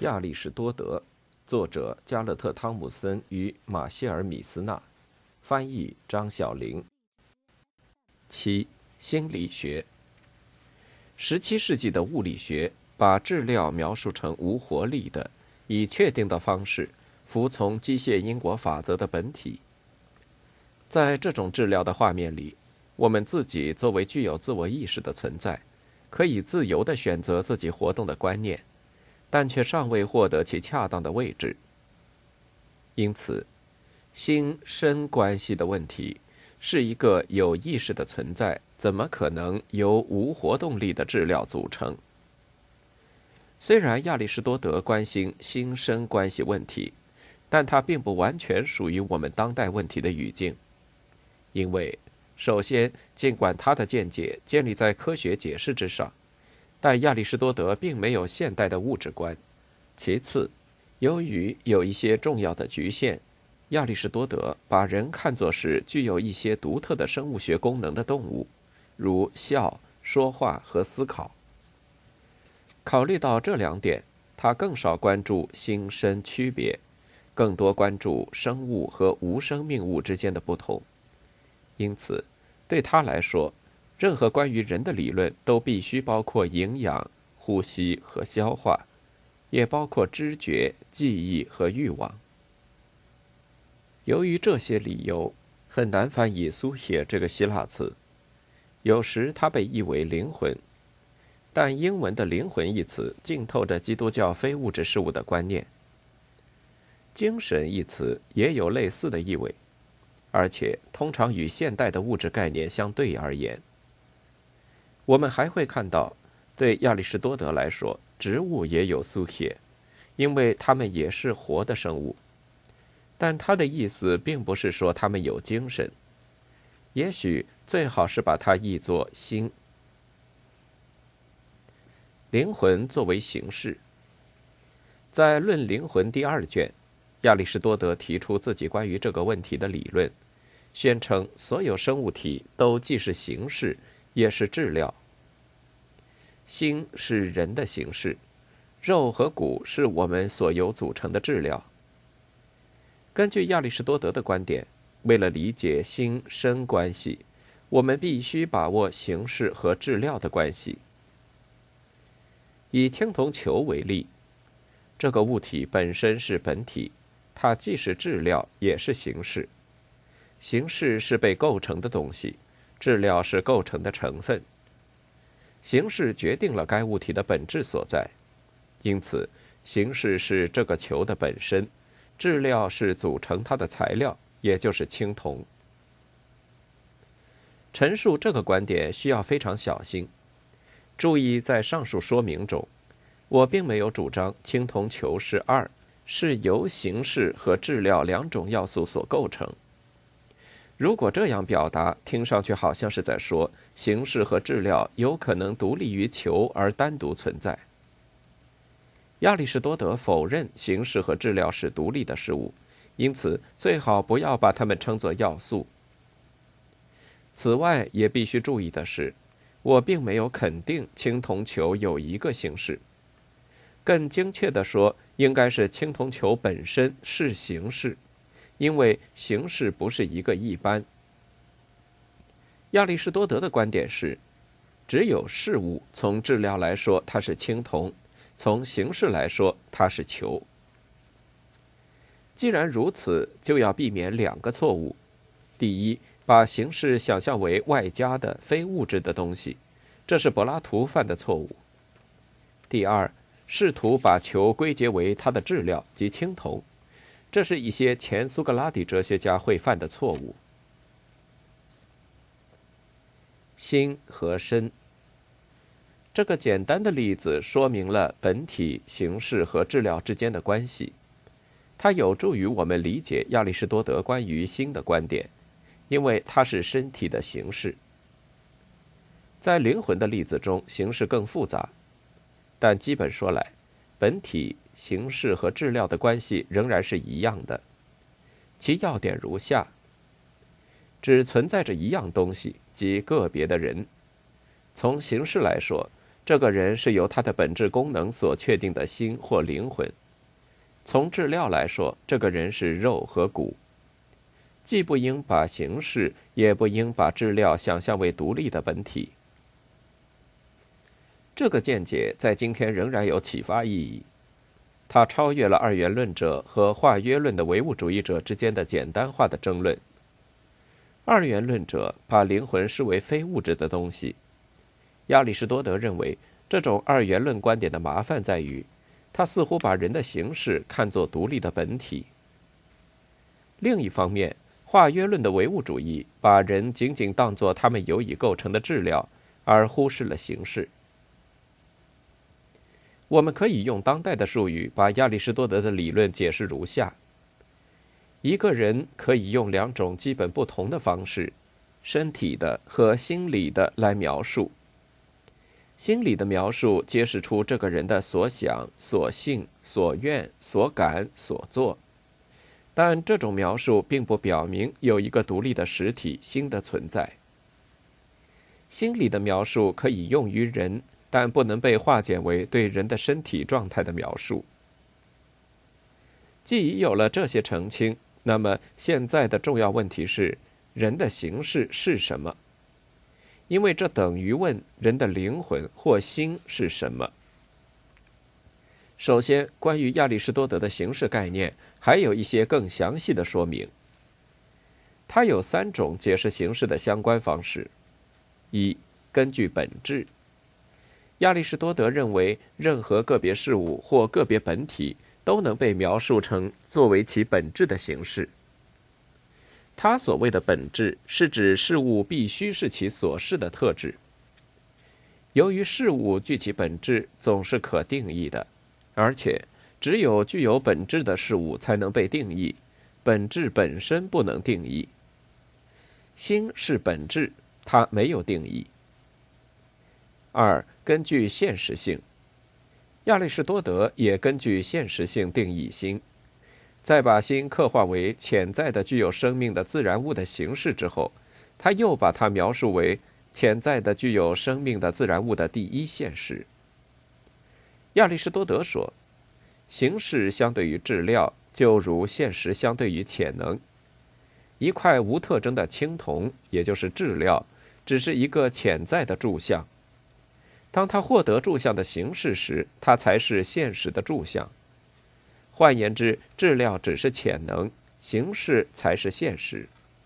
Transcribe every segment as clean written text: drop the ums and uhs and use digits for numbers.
亚里士多德，作者加勒特·汤姆森与马歇尔·米斯纳，翻译张晓玲。7. 心理学。17世纪的物理学把质料描述成无活力的，以确定的方式服从机械因果法则的本体。在这种质料的画面里，我们自己作为具有自我意识的存在，可以自由地选择自己活动的观念，但却尚未获得其恰当的位置。因此，心身关系的问题是一个有意识的存在怎么可能由无活动力的质料组成？虽然亚里士多德关心心身关系问题，但它并不完全属于我们当代问题的语境。因为首先，尽管他的见解建立在科学解释之上，但亚里士多德并没有现代的物质观。其次，由于有一些重要的局限，亚里士多德把人看作是具有一些独特的生物学功能的动物，如笑、说话和思考。考虑到这两点，他更少关注心身区别，更多关注生物和无生命物之间的不同。因此，对他来说，任何关于人的理论都必须包括营养、呼吸和消化，也包括知觉、记忆和欲望。由于这些理由，很难翻译苏谢这个希腊词，有时它被译为灵魂，但英文的灵魂一词浸透着基督教非物质事物的观念。精神一词也有类似的意味，而且通常与现代的物质概念相对而言。我们还会看到，对亚里士多德来说，植物也有苏谢，因为它们也是活的生物。但他的意思并不是说它们有精神，也许最好是把它译作心。灵魂作为形式，在《论灵魂》第2卷，亚里士多德提出自己关于这个问题的理论，宣称所有生物体都既是形式，也是质料。心是人的形式，肉和骨是我们所有组成的质料。根据亚里士多德的观点，为了理解心身关系，我们必须把握形式和质料的关系。以青铜球为例，这个物体本身是本体，它既是质料也是形式。形式是被构成的东西，质料是构成的成分。形式决定了该物体的本质所在，因此形式是这个球的本身，质料是组成它的材料，也就是青铜。陈述这个观点需要非常小心。注意，在上述说明中，我并没有主张青铜球是由形式和质料两种要素所构成。如果这样表达，听上去好像是在说形式和质料有可能独立于球而单独存在。亚里士多德否认形式和质料是独立的事物，因此最好不要把它们称作要素。此外，也必须注意的是，我并没有肯定青铜球有一个形式。更精确地说，应该是青铜球本身是形式，因为形式不是一个一般。亚里士多德的观点是，只有事物从质料来说它是青铜，从形式来说它是球。既然如此，就要避免两个错误。第一，把形式想象为外加的非物质的东西，这是柏拉图犯的错误。第二，试图把球归结为它的质料即青铜，这是一些前苏格拉底哲学家会犯的错误。心和身，这个简单的例子说明了本体、形式和质料之间的关系。它有助于我们理解亚里士多德关于心的观点，因为它是身体的形式。在灵魂的例子中，形式更复杂，但基本说来，本体、形式和质料的关系仍然是一样的。其要点如下：只存在着一样东西，即个别的人。从形式来说， 这个人是由他的本质功能所确定的心或灵魂。从质料来说，这个人是肉和骨。既不应把形式，也不应把质料想象为独立的本体。这个见解在今天仍然有启发意义。它超越了二元论者和化约论的唯物主义者之间的简单化的争论。二元论者把灵魂视为非物质的东西。亚里士多德认为，这种二元论观点的麻烦在于，他似乎把人的形式看作独立的本体。另一方面，化约论的唯物主义把人仅仅当作他们由以构成的质料，而忽视了形式。我们可以用当代的术语把亚里士多德的理论解释如下：一个人可以用两种基本不同的方式，身体的和心理的来描述。心理的描述揭示出这个人的所想、所信、所愿、所感、所做，但这种描述并不表明有一个独立的实体心的存在。心理的描述可以用于人，但不能被化简为对人的身体状态的描述。既已有了这些澄清，那么现在的重要问题是：人的形式是什么？因为这等于问人的灵魂或心是什么。首先，关于亚里士多德的形式概念，还有一些更详细的说明。他有3种解释形式的相关方式。一、根据本质。亚里士多德认为，任何个别事物或个别本体都能被描述成作为其本质的形式。他所谓的本质，是指事物必须是其所示的特质。由于事物据其本质总是可定义的，而且只有具有本质的事物才能被定义，本质本身不能定义。心是本质，它没有定义。二、根据现实性。亚里士多德也根据现实性定义心。在把心刻画为潜在的具有生命的自然物的形式之后，他又把它描述为潜在的具有生命的自然物的第一现实。亚里士多德说，形式相对于质料，就如现实相对于潜能。一块无特征的青铜，也就是质料，只是一个潜在的柱像。当它获得柱像的形式时，它才是现实的柱像。换言之，质料只是潜能，形式才是现实。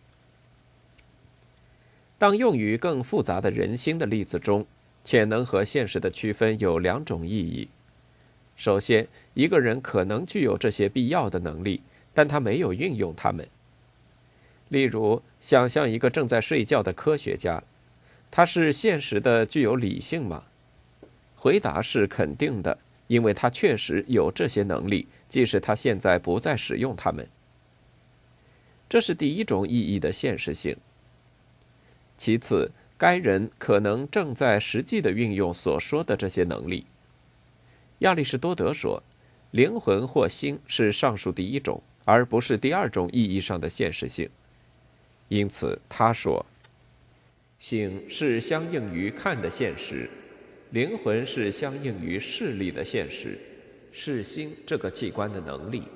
当用于更复杂的人心的例子中，潜能和现实的区分有2种意义。首先，一个人可能具有这些必要的能力，但他没有运用它们。例如，想象一个正在睡觉的科学家，他是现实的具有理性吗？回答是肯定的，因为他确实有这些能力，即使他现在不再使用它们。这是第一种意义的现实性。其次，该人可能正在实际地运用所说的这些能力。亚里士多德说，灵魂或心是上述第一种，而不是第2种意义上的现实性。因此，他说，性是相应于看的现实，灵魂是相应于视力的现实，是心这个器官的能力。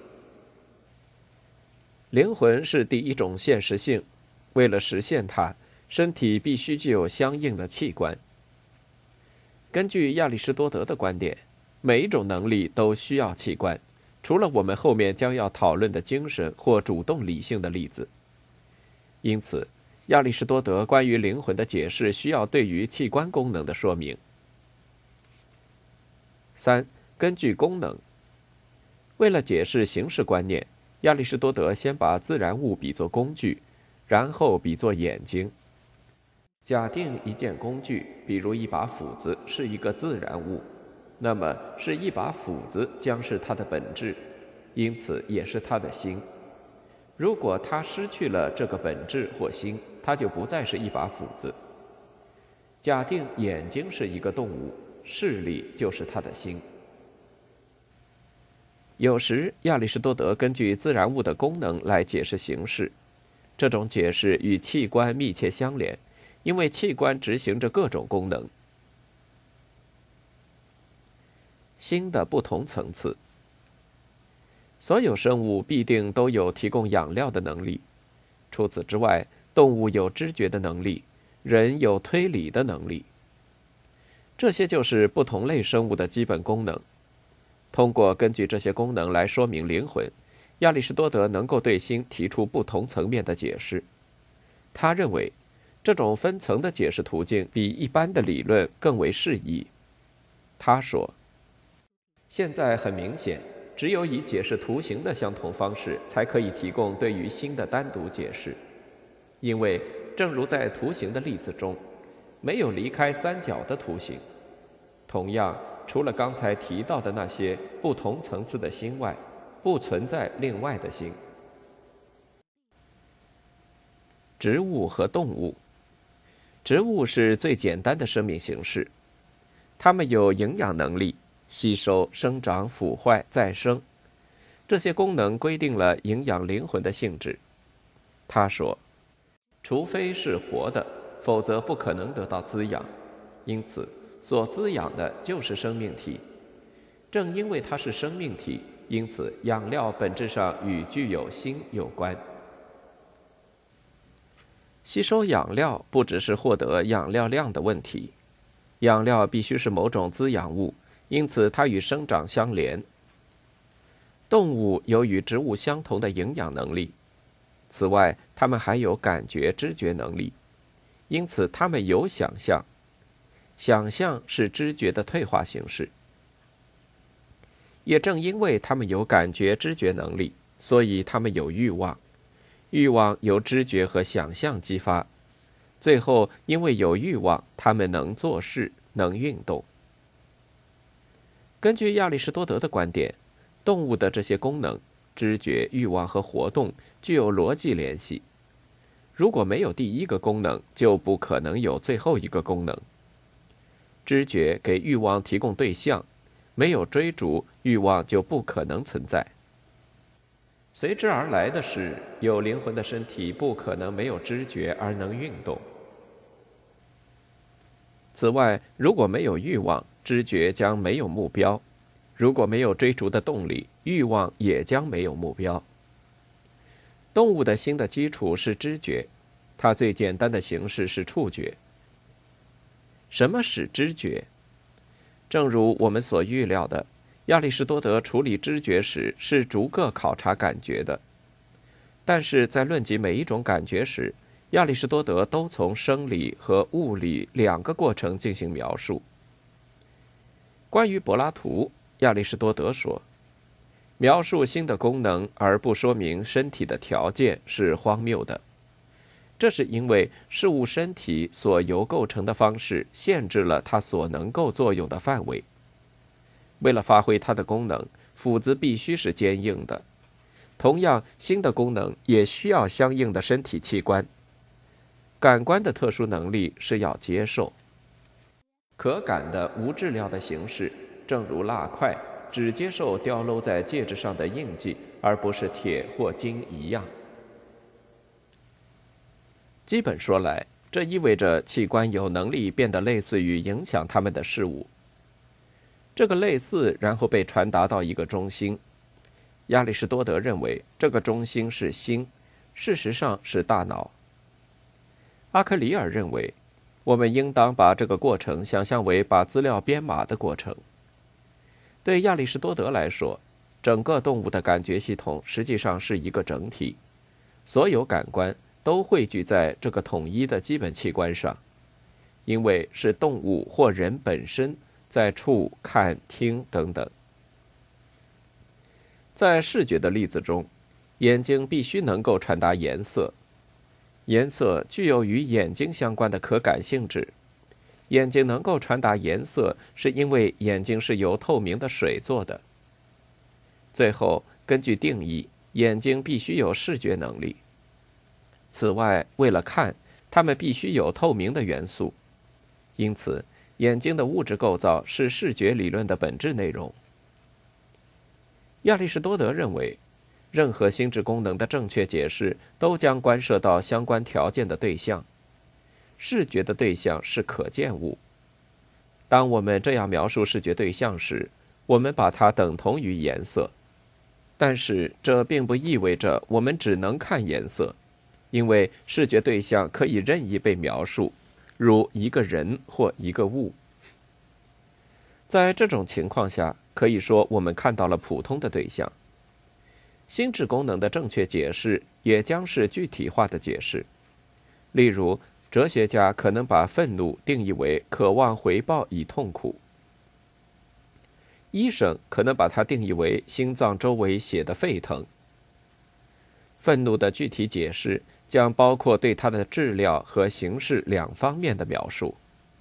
灵魂是第1种现实性，为了实现它，身体必须具有相应的器官。根据亚里士多德的观点，每一种能力都需要器官，除了我们后面将要讨论的精神或主动理性的例子。因此，亚里士多德关于灵魂的解释需要对于器官功能的说明。3. 根据功能。为了解释形式观念，亚里士多德先把自然物比作工具，然后比作眼睛。假定一件工具，比如一把斧子，是一个自然物，那么是一把斧子将是它的本质，因此也是它的心。如果它失去了这个本质或心，它就不再是一把斧子。假定眼睛是一个动物，视力就是它的心。有时，亚里士多德根据自然物的功能来解释形式，这种解释与器官密切相连，因为器官执行着各种功能。 心的不同层次。所有生物必定都有提供养料的能力，除此之外，动物有知觉的能力，人有推理的能力。这些就是不同类生物的基本功能。通过根据这些功能来说明灵魂，亚里士多德能够对心提出不同层面的解释。他认为，这种分层的解释途径比一般的理论更为适宜。他说：“现在很明显，只有以解释图形的相同方式，才可以提供对于心的单独解释。因为，正如在图形的例子中，没有离开三角的图形。同样，除了刚才提到的那些不同层次的心外，不存在另外的心。”植物和动物。植物是最简单的生命形式，它们有营养能力，吸收、生长、腐坏、再生，这些功能规定了营养灵魂的性质。他说，除非是活的，否则不可能得到滋养，因此所滋养的就是生命体。正因为它是生命体，因此养料本质上与具有心有关。吸收养料不只是获得养料量的问题，养料必须是某种滋养物，因此它与生长相连。动物有与植物相同的营养能力，此外，它们还有感觉、知觉能力，因此它们有想象。想象是知觉的退化形式。也正因为它们有感觉、知觉能力，所以它们有欲望。欲望由知觉和想象激发，最后因为有欲望，它们能做事，能运动。根据亚里士多德的观点，动物的这些功能，知觉、欲望和活动，具有逻辑联系。如果没有第一个功能，就不可能有最后一个功能。知觉给欲望提供对象，没有追逐，欲望就不可能存在。随之而来的是，有灵魂的身体不可能没有知觉而能运动。此外，如果没有欲望，知觉将没有目标；如果没有追逐的动力，欲望也将没有目标。动物的心的基础是知觉，它最简单的形式是触觉。什么是知觉？正如我们所预料的，亚里士多德处理知觉时是逐个考察感觉的，但是在论及每一种感觉时，亚里士多德都从生理和物理两个过程进行描述。关于柏拉图，亚里士多德说，描述心的功能而不说明身体的条件是荒谬的。这是因为事物身体所由构成的方式限制了它所能够作用的范围。为了发挥它的功能，斧子必须是坚硬的。同样，心的功能也需要相应的身体器官。感官的特殊能力是要接受。可感的无质料的形式，正如蜡块，只接受雕镂在介质上的印记，而不是铁或金一样。基本说来，这意味着器官有能力变得类似于影响它们的事物。这个类似然后被传达到一个中心。亚里士多德认为这个中心是心，事实上是大脑。阿克里尔认为，我们应当把这个过程想象为把资料编码的过程。对亚里士多德来说，整个动物的感觉系统实际上是一个整体，所有感官都汇聚在这个统一的基本器官上，因为是动物或人本身在触、看、听等等。在视觉的例子中，眼睛必须能够传达颜色，颜色具有与眼睛相关的可感性质。眼睛能够传达颜色，是因为眼睛是由透明的水做的。最后，根据定义，眼睛必须有视觉能力。此外，为了看，它们必须有透明的元素。因此，眼睛的物质构造是视觉理论的本质内容。亚里士多德认为，任何心智功能的正确解释都将关涉到相关条件的对象。视觉的对象是可见物。当我们这样描述视觉对象时， 我们把它等同于颜色。但是这并不意味着我们只能看颜色，因为视觉对象可以任意被描述，如一个人或一个物。在这种情况下，可以说我们看到了普通的对象。心智功能的正确解释也将是具体化的解释。例如，哲学家可能把愤怒定义为渴望回报以痛苦。医生可能把它定义为心脏周围血的沸腾。愤怒的具体解释将包括对它的质料和形式两方面的描述。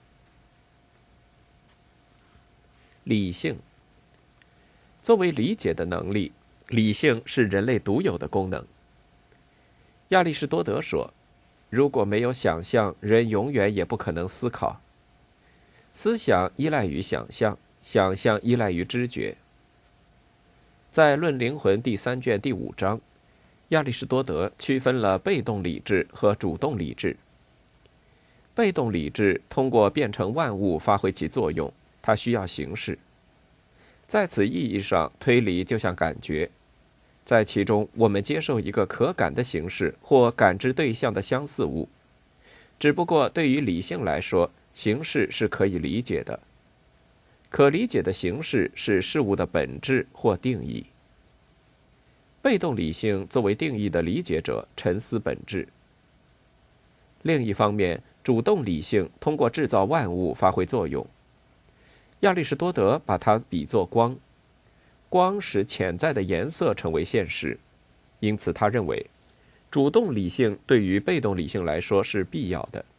理性作为理解的能力，理性是人类独有的功能。亚里士多德说，如果没有想象，人永远也不可能思考。思想依赖于想象，想象依赖于知觉。在《论灵魂》第3卷第5章，亚里士多德区分了被动理智和主动理智。被动理智通过变成万物发挥其作用，它需要形式。在此意义上，推理就像感觉，在其中我们接受一个可感的形式或感知对象的相似物。只不过对于理性来说，形式是可以理解的。可理解的形式是事物的本质或定义。被动理性作为定义的理解者，沉思本质。另一方面，主动理性通过制造万物发挥作用。亚里士多德把它比作光，光使潜在的颜色成为现实，因此他认为，主动理性对于被动理性来说是必要的。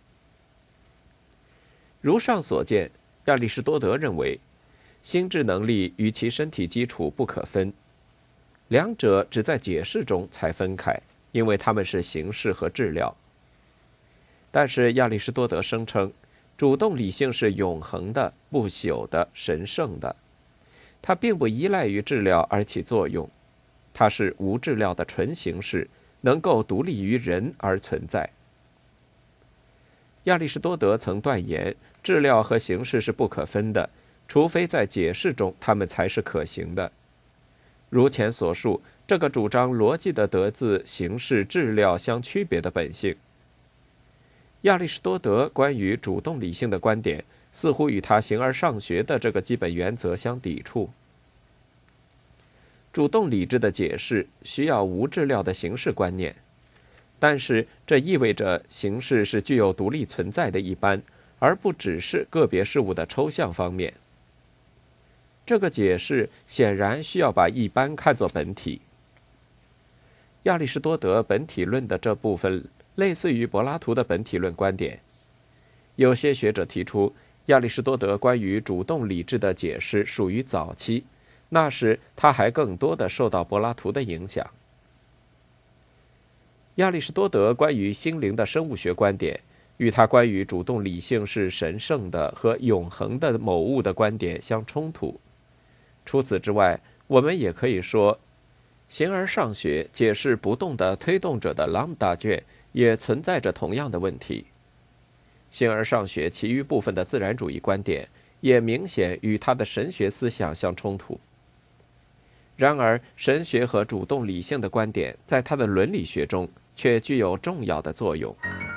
如上所见，亚里士多德认为，心智能力与其身体基础不可分，两者只在解释中才分开，因为它们是形式和质料。但是亚里士多德声称，主动理性是永恒的、不朽的、神圣的，它并不依赖于质料而起作用，它是无质料的纯形式，能够独立于人而存在。亚里士多德曾断言，质料和形式是不可分的，除非在解释中它们才是可行的。如前所述，这个主张逻辑的得自形式质料相区别的本性。亚里士多德关于主动理性的观点似乎与他形而上学的这个基本原则相抵触。主动理智的解释需要无质料的形式观念，但是这意味着形式是具有独立存在的一般，而不只是个别事物的抽象方面。这个解释显然需要把一般看作本体。亚里士多德本体论的这部分类似于柏拉图的本体论观点。有些学者提出，亚里士多德关于主动理智的解释属于早期，那时他还更多地受到柏拉图的影响。亚里士多德关于心灵的生物学观点，与他关于主动理性是神圣的和永恒的某物的观点相冲突。除此之外，我们也可以说，形而上学解释不动的推动者的朗达卷也存在着同样的问题。形而上学其余部分的自然主义观点也明显与他的神学思想相冲突。然而，神学和主动理性的观点在他的伦理学中却具有重要的作用。